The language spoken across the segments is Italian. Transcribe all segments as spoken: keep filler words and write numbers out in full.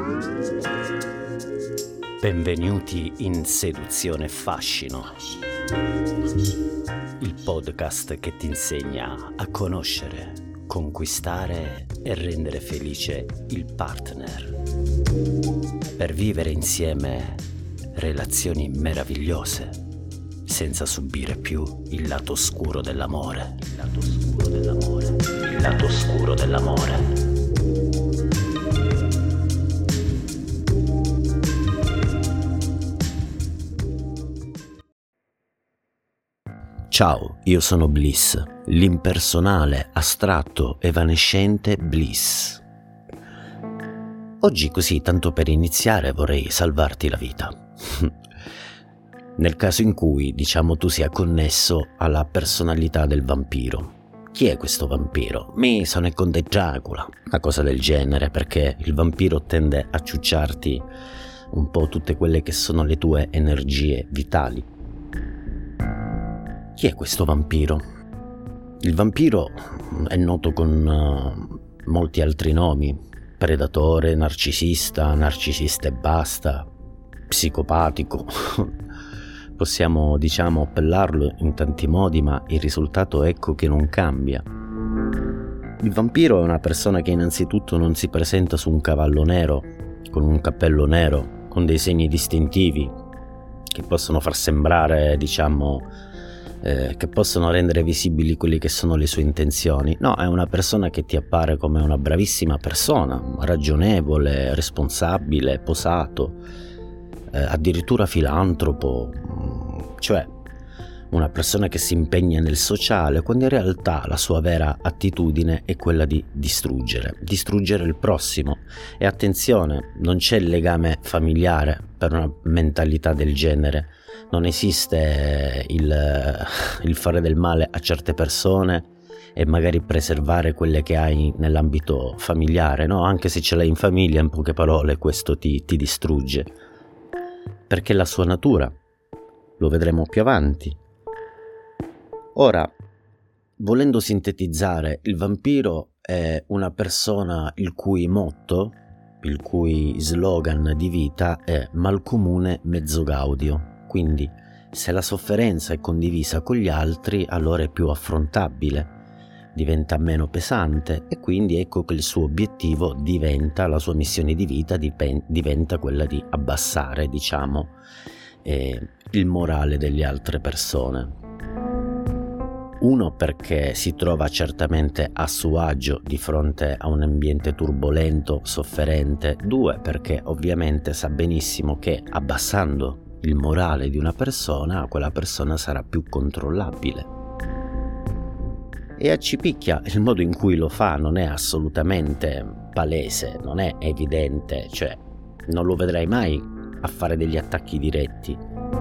Benvenuti in Seduzione e Fascino, il podcast che ti insegna a conoscere, conquistare e rendere felice il partner, per vivere insieme relazioni meravigliose, senza subire più il lato oscuro dell'amore, il lato oscuro dell'amore, il lato oscuro dell'amore. Ciao, io sono Bliss, l'impersonale, astratto, evanescente Bliss. Oggi così, tanto per iniziare, vorrei salvarti la vita. Nel caso in cui, diciamo, tu sia connesso alla personalità del vampiro. Chi è questo vampiro? Mi sono il conte Dracula, una cosa del genere, perché il vampiro tende a ciucciarti un po' tutte quelle che sono le tue energie vitali. Chi è questo vampiro? Il vampiro è noto con uh, molti altri nomi: predatore, narcisista, narcisista e basta, psicopatico. Possiamo, diciamo, appellarlo in tanti modi, ma il risultato ecco che non cambia. Il vampiro è una persona che innanzitutto non si presenta su un cavallo nero, con un cappello nero, con dei segni distintivi che possono far sembrare, diciamo, Eh, che possono rendere visibili quelle che sono le sue intenzioni. No, è una persona che ti appare come una bravissima persona, ragionevole, responsabile, posato, eh, addirittura filantropo, cioè una persona che si impegna nel sociale, quando in realtà la sua vera attitudine è quella di distruggere, distruggere il prossimo. E attenzione, non c'è il legame familiare per una mentalità del genere. Non esiste il, il fare del male a certe persone e magari preservare quelle che hai nell'ambito familiare, no? Anche se ce l'hai in famiglia, in poche parole, questo ti, ti distrugge. Perché è la sua natura, lo vedremo più avanti. Ora, volendo sintetizzare, il vampiro è una persona il cui motto, il cui slogan di vita è mal comune mezzo gaudio. Quindi, se la sofferenza è condivisa con gli altri, allora è più affrontabile, diventa meno pesante, e quindi ecco che il suo obiettivo diventa, la sua missione di vita dipen- diventa quella di abbassare, diciamo, eh, il morale delle altre persone. Uno, perché si trova certamente a suo agio di fronte a un ambiente turbolento, sofferente. Due, perché ovviamente sa benissimo che abbassando il morale di una persona, quella persona sarà più controllabile. E accipicchia, il modo in cui lo fa non è assolutamente palese, non è evidente, cioè non lo vedrai mai a fare degli attacchi diretti.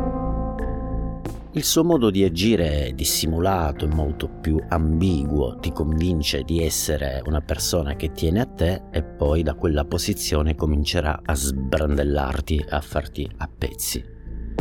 Il suo modo di agire è dissimulato, è molto più ambiguo, ti convince di essere una persona che tiene a te e poi da quella posizione comincerà a sbrandellarti, a farti a pezzi.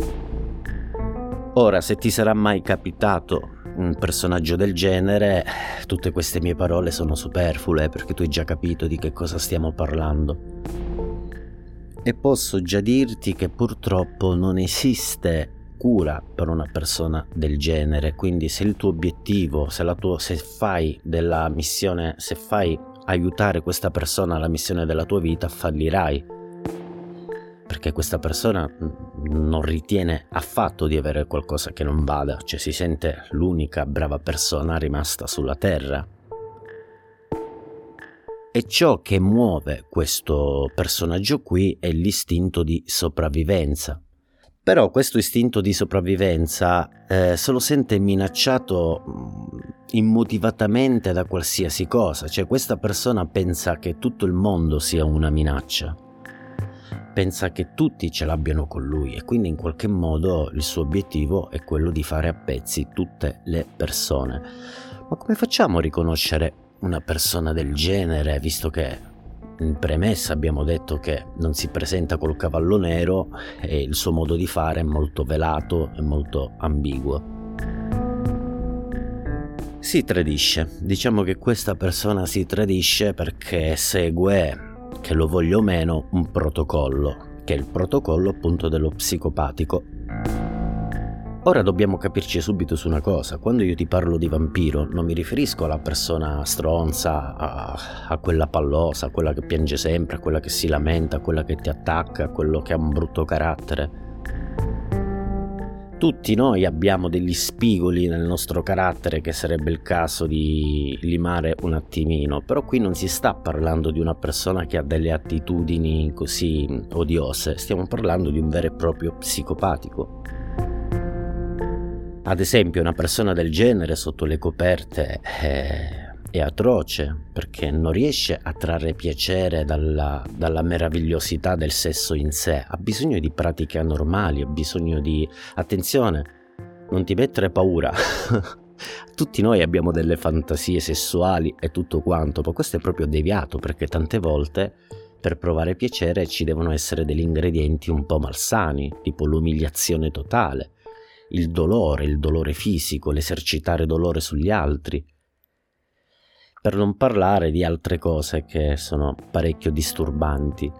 Ora, se ti sarà mai capitato un personaggio del genere, tutte queste mie parole sono superflue, perché tu hai già capito di che cosa stiamo parlando. E posso già dirti che purtroppo non esiste cura per una persona del genere. Quindi se il tuo obiettivo, se la tua, se fai della missione, se fai aiutare questa persona alla missione della tua vita, fallirai. Perché questa persona non ritiene affatto di avere qualcosa che non vada, cioè si sente l'unica brava persona rimasta sulla terra. E ciò che muove questo personaggio qui è l'istinto di sopravvivenza. Però questo istinto di sopravvivenza eh, se lo sente minacciato immotivatamente da qualsiasi cosa, cioè questa persona pensa che tutto il mondo sia una minaccia. Pensa che tutti ce l'abbiano con lui e quindi in qualche modo il suo obiettivo è quello di fare a pezzi tutte le persone. Ma come facciamo a riconoscere una persona del genere, visto che in premessa abbiamo detto che non si presenta col cavallo nero e il suo modo di fare è molto velato e molto ambiguo? Si tradisce. Diciamo che questa persona si tradisce perché segue che lo voglia o meno, un protocollo, che è il protocollo appunto dello psicopatico. Ora dobbiamo capirci subito su una cosa: quando io ti parlo di vampiro non mi riferisco alla persona stronza, a, a quella pallosa, a quella che piange sempre, a quella che si lamenta, a quella che ti attacca, a quello che ha un brutto carattere. Tutti noi abbiamo degli spigoli nel nostro carattere che sarebbe il caso di limare un attimino, però qui non si sta parlando di una persona che ha delle attitudini così odiose, stiamo parlando di un vero e proprio psicopatico. Ad esempio, una persona del genere sotto le coperte è, è atroce, perché non riesce a trarre piacere dalla, dalla meravigliosità del sesso in sé, ha bisogno di pratiche anormali, ha bisogno di... Attenzione, non ti mettere paura. Tutti noi abbiamo delle fantasie sessuali e tutto quanto, ma questo è proprio deviato, perché tante volte per provare piacere ci devono essere degli ingredienti un po' malsani, tipo l'umiliazione totale, il dolore, il dolore fisico, l'esercitare dolore sugli altri, per non parlare di altre cose che sono parecchio disturbanti.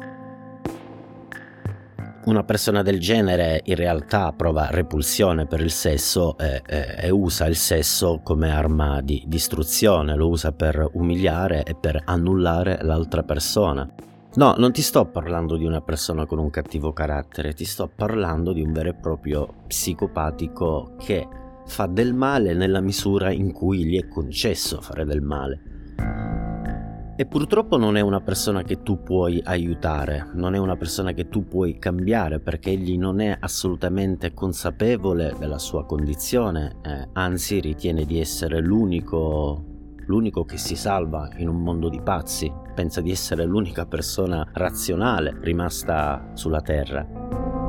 Una persona del genere in realtà prova repulsione per il sesso e, e, e usa il sesso come arma di distruzione, lo usa per umiliare e per annullare l'altra persona. No, non ti sto parlando di una persona con un cattivo carattere, ti sto parlando di un vero e proprio psicopatico che fa del male nella misura in cui gli è concesso fare del male. E purtroppo non è una persona che tu puoi aiutare, non è una persona che tu puoi cambiare, perché egli non è assolutamente consapevole della sua condizione, eh, anzi ritiene di essere l'unico, l'unico che si salva in un mondo di pazzi, pensa di essere l'unica persona razionale rimasta sulla terra.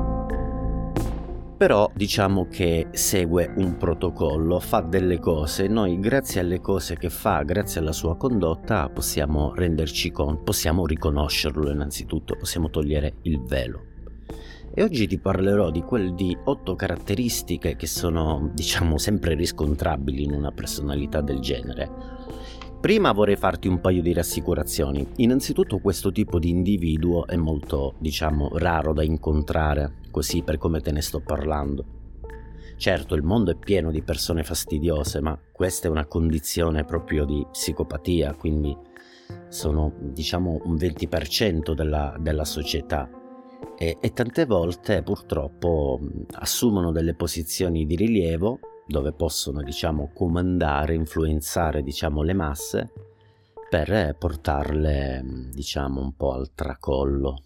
Però diciamo che segue un protocollo, fa delle cose, noi grazie alle cose che fa, grazie alla sua condotta possiamo renderci conto, possiamo riconoscerlo innanzitutto, possiamo togliere il velo. E oggi ti parlerò di quel di otto caratteristiche che sono, diciamo, sempre riscontrabili in una personalità del genere. Prima vorrei farti un paio di rassicurazioni. Innanzitutto questo tipo di individuo è molto, diciamo, raro da incontrare, così per come te ne sto parlando. Certo, il mondo è pieno di persone fastidiose, ma questa è una condizione proprio di psicopatia, quindi sono, diciamo, un venti per cento della, della società. E, e tante volte purtroppo assumono delle posizioni di rilievo dove possono, diciamo, comandare, influenzare, diciamo, le masse per portarle, diciamo, un po' al tracollo.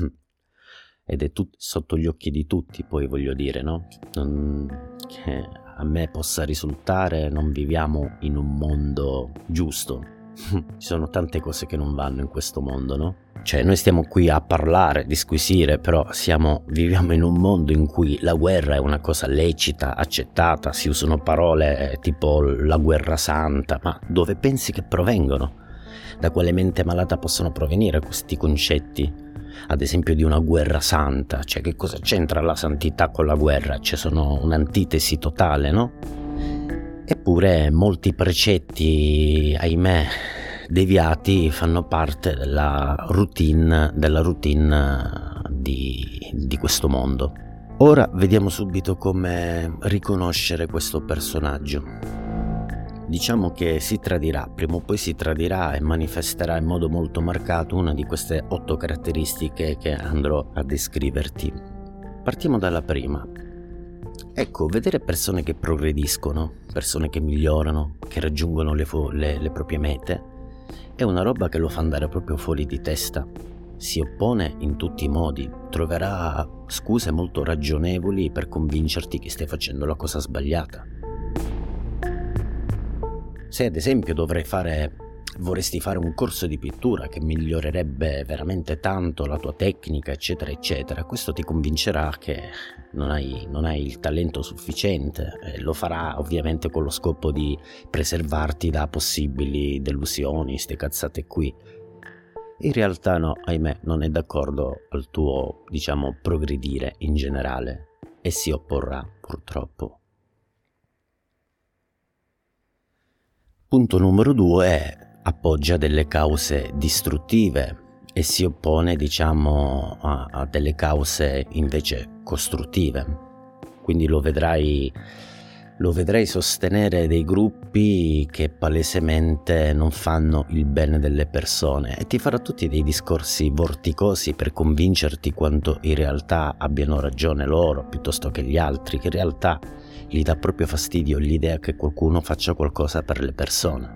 Ed è tut- sotto gli occhi di tutti, poi voglio dire, no? Non, che a me possa risultare, non viviamo in un mondo giusto. Ci sono tante cose che non vanno in questo mondo, no? Cioè, noi stiamo qui a parlare, disquisire, però siamo, viviamo in un mondo in cui la guerra è una cosa lecita, accettata, si usano parole tipo la guerra santa, ma dove pensi che provengono? Da quale mente malata possono provenire questi concetti? Ad esempio di una guerra santa, cioè che cosa c'entra la santità con la guerra? Ci sono un'antitesi totale, no? Eppure molti precetti, ahimè, deviati fanno parte della routine, della routine di, di questo mondo. Ora vediamo subito come riconoscere questo personaggio. Diciamo che si tradirà, prima o poi si tradirà e manifesterà in modo molto marcato una di queste otto caratteristiche che andrò a descriverti. Partiamo dalla prima. Ecco, vedere persone che progrediscono, persone che migliorano, che raggiungono le, fo- le, le proprie mete, è una roba che lo fa andare proprio fuori di testa. Si oppone in tutti i modi, troverà scuse molto ragionevoli per convincerti che stai facendo la cosa sbagliata. Se ad esempio dovrai fare, vorresti fare un corso di pittura che migliorerebbe veramente tanto la tua tecnica, eccetera, eccetera, questo ti convincerà che non hai, non hai il talento sufficiente, e lo farà ovviamente con lo scopo di preservarti da possibili delusioni, ste cazzate qui. In realtà no, ahimè, non è d'accordo al tuo, diciamo, progredire in generale e si opporrà, purtroppo. Punto numero due è appoggia delle cause distruttive e si oppone, diciamo, a, a delle cause invece costruttive. Quindi lo vedrai, lo vedrai sostenere dei gruppi che palesemente non fanno il bene delle persone, e ti farà tutti dei discorsi vorticosi per convincerti quanto in realtà abbiano ragione loro piuttosto che gli altri, che in realtà gli dà proprio fastidio l'idea che qualcuno faccia qualcosa per le persone.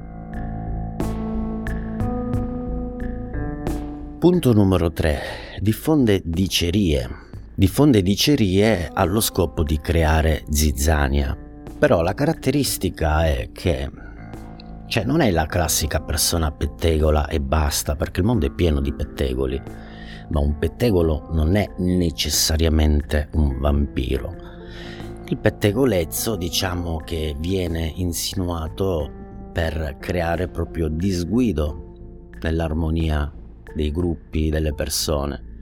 Punto numero tre. Diffonde dicerie. Diffonde dicerie allo scopo di creare zizzania. Però la caratteristica è che, cioè, non è la classica persona pettegola e basta, perché il mondo è pieno di pettegoli, ma un pettegolo non è necessariamente un vampiro. Il pettegolezzo, diciamo, che viene insinuato per creare proprio disguido nell'armonia dei gruppi, delle persone,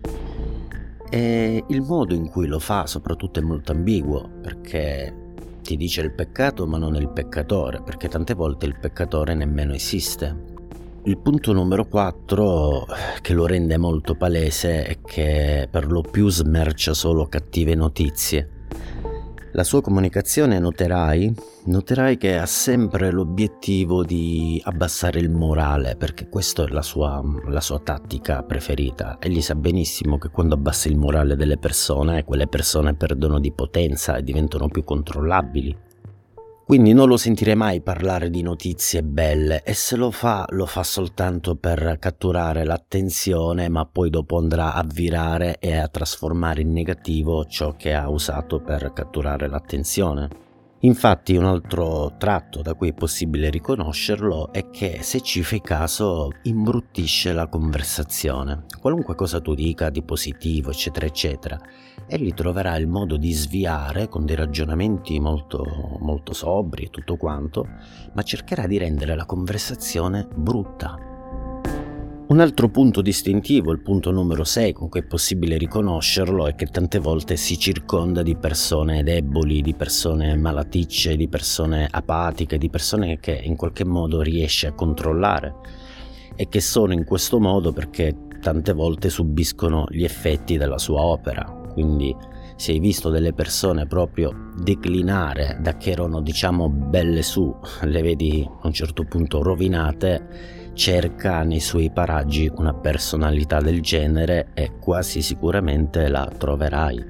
e il modo in cui lo fa soprattutto è molto ambiguo, perché ti dice il peccato ma non il peccatore, perché tante volte il peccatore nemmeno esiste. Il punto numero quattro, che lo rende molto palese, è che per lo più smercia solo cattive notizie. La sua comunicazione, noterai, noterai che ha sempre l'obiettivo di abbassare il morale, perché questa è la sua, la sua tattica preferita. Egli sa benissimo che quando abbassa il morale delle persone, quelle persone perdono di potenza e diventano più controllabili. Quindi non lo sentirei mai parlare di notizie belle, e se lo fa, lo fa soltanto per catturare l'attenzione, ma poi dopo andrà a virare e a trasformare in negativo ciò che ha usato per catturare l'attenzione. Infatti un altro tratto da cui è possibile riconoscerlo è che, se ci fai caso, imbruttisce la conversazione. Qualunque cosa tu dica di positivo, eccetera eccetera, egli troverà il modo di sviare con dei ragionamenti molto, molto sobri e tutto quanto, ma cercherà di rendere la conversazione brutta. Un altro punto distintivo, il punto numero sei, con cui è possibile riconoscerlo, è che tante volte si circonda di persone deboli, di persone malaticce, di persone apatiche, di persone che in qualche modo riesce a controllare, e che sono in questo modo perché tante volte subiscono gli effetti della sua opera. Quindi se hai visto delle persone proprio declinare da che erano, diciamo, belle su, le vedi a un certo punto rovinate, cerca nei suoi paraggi una personalità del genere e quasi sicuramente la troverai.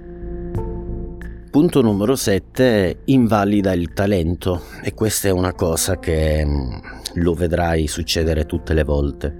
Punto numero sette, invalida il talento, e questa è una cosa che lo vedrai succedere tutte le volte.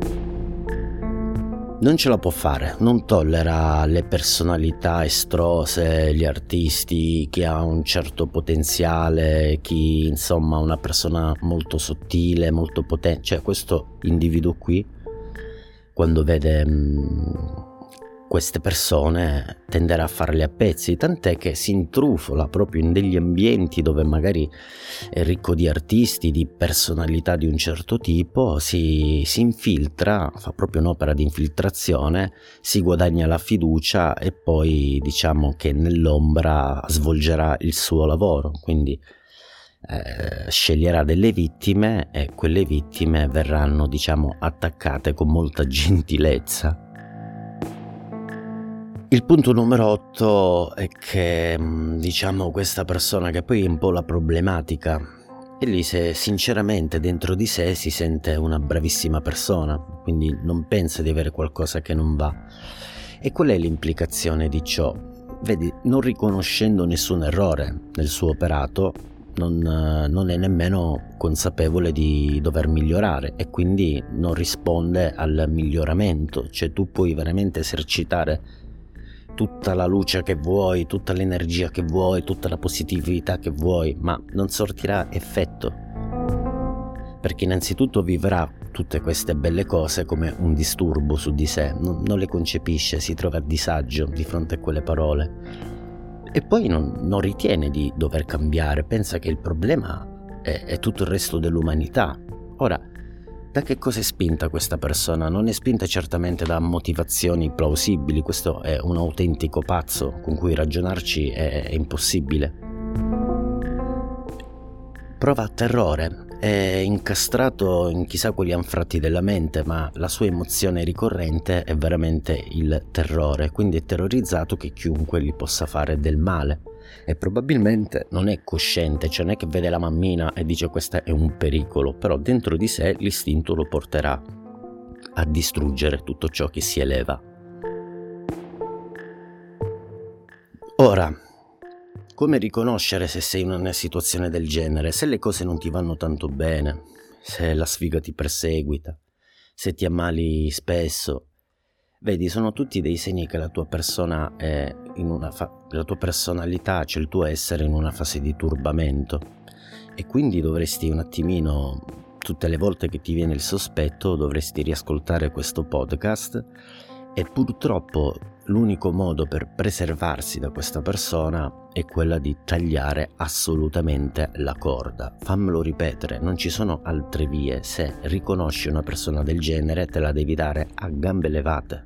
Non ce la può fare, non tollera le personalità estrose, gli artisti, chi ha un certo potenziale, chi insomma una persona molto sottile, molto potente. Cioè, questo individuo qui, quando vede mh, queste persone, tenderà a farle a pezzi, tant'è che si intrufola proprio in degli ambienti dove magari è ricco di artisti, di personalità di un certo tipo, si, si infiltra, fa proprio un'opera di infiltrazione, si guadagna la fiducia e poi, diciamo, che nell'ombra svolgerà il suo lavoro. Quindi eh, sceglierà delle vittime, e quelle vittime verranno, diciamo, attaccate con molta gentilezza. Il punto numero otto è che, diciamo, questa persona, che poi è un po' la problematica, e lì, se sinceramente dentro di sé si sente una bravissima persona, quindi non pensa di avere qualcosa che non va. E qual è l'implicazione di ciò? Vedi, non riconoscendo nessun errore nel suo operato, non, non è nemmeno consapevole di dover migliorare, e quindi non risponde al miglioramento. Cioè, tu puoi veramente esercitare tutta la luce che vuoi, tutta l'energia che vuoi, tutta la positività che vuoi, ma non sortirà effetto, perché innanzitutto vivrà tutte queste belle cose come un disturbo su di sé, non, non le concepisce, si trova a disagio di fronte a quelle parole, e poi non, non ritiene di dover cambiare, pensa che il problema è, è tutto il resto dell'umanità. Ora, da che cosa è spinta questa persona? Non è spinta certamente da motivazioni plausibili, questo è un autentico pazzo con cui ragionarci è, è impossibile. Prova terrore, è incastrato in chissà quali anfratti della mente, ma la sua emozione ricorrente è veramente il terrore, quindi è terrorizzato che chiunque gli possa fare del male e probabilmente non è cosciente, cioè non è che vede la mammina e dice questo è un pericolo, però dentro di sé l'istinto lo porterà a distruggere tutto ciò che si eleva. Ora, come riconoscere se sei in una situazione del genere? Se le cose non ti vanno tanto bene, se la sfiga ti perseguita, se ti ammali spesso, vedi, sono tutti dei segni che la tua persona è in una fa- la tua personalità, cioè il tuo essere in una fase di turbamento, e quindi dovresti un attimino, tutte le volte che ti viene il sospetto, dovresti riascoltare questo podcast. E purtroppo l'unico modo per preservarsi da questa persona è quella di tagliare assolutamente la corda. Fammelo ripetere, non ci sono altre vie. Se riconosci una persona del genere, te la devi dare a gambe levate.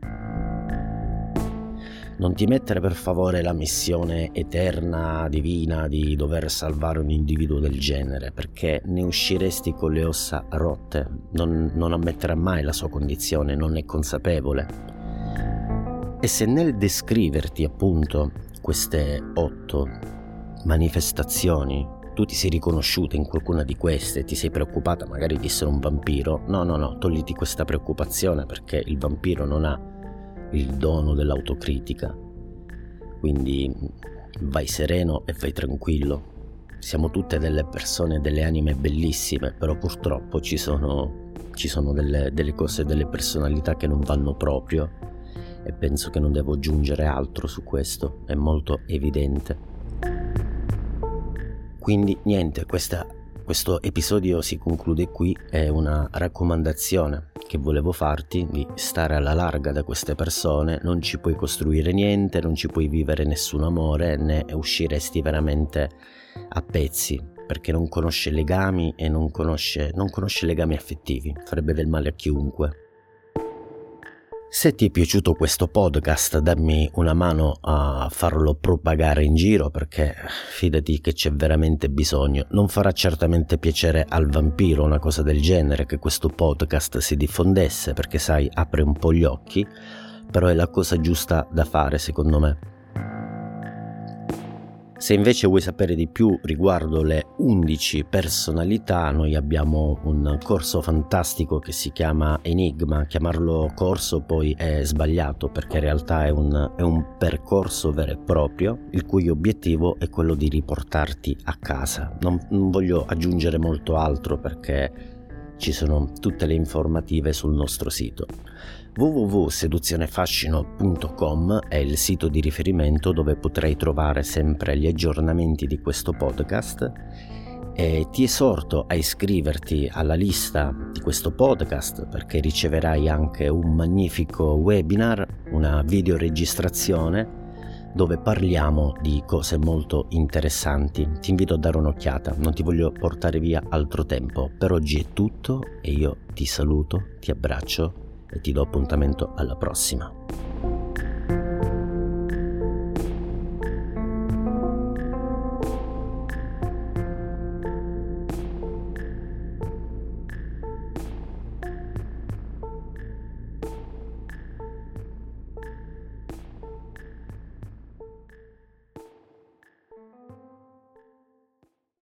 Non ti mettere per favore la missione eterna, divina, di dover salvare un individuo del genere, perché ne usciresti con le ossa rotte. Non, non ammetterà mai la sua condizione, non è consapevole. E se nel descriverti appunto queste otto manifestazioni tu ti sei riconosciuta in qualcuna di queste, ti sei preoccupata magari di essere un vampiro, no no no, togliti questa preoccupazione, perché il vampiro non ha il dono dell'autocritica, quindi vai sereno e vai tranquillo. Siamo tutte delle persone, delle anime bellissime, però purtroppo ci sono, ci sono delle, delle cose, delle personalità che non vanno proprio. E penso che non devo aggiungere altro su questo, è molto evidente. Quindi niente, questa, questo episodio si conclude qui, è una raccomandazione che volevo farti di stare alla larga da queste persone. Non ci puoi costruire niente, non ci puoi vivere nessun amore, ne usciresti veramente a pezzi, perché non conosce legami e non conosce, non conosce legami affettivi, farebbe del male a chiunque. Se ti è piaciuto questo podcast, dammi una mano a farlo propagare in giro, perché fidati che c'è veramente bisogno. Non farà certamente piacere al vampiro una cosa del genere, che questo podcast si diffondesse, perché sai, apre un po' gli occhi, però è la cosa giusta da fare secondo me. Se invece vuoi sapere di più riguardo le undici personalità, noi abbiamo un corso fantastico che si chiama Enigma. Chiamarlo corso poi è sbagliato, perché in realtà è un, è un percorso vero e proprio, il cui obiettivo è quello di riportarti a casa. Non, non voglio aggiungere molto altro, perché ci sono tutte le informative sul nostro sito. w w w punto seduzionefascino punto com è il sito di riferimento dove potrai trovare sempre gli aggiornamenti di questo podcast, e ti esorto a iscriverti alla lista di questo podcast, perché riceverai anche un magnifico webinar, una videoregistrazione dove parliamo di cose molto interessanti. Ti invito a dare un'occhiata, non ti voglio portare via altro tempo. Per oggi è tutto e io ti saluto, ti abbraccio e ti do appuntamento alla prossima.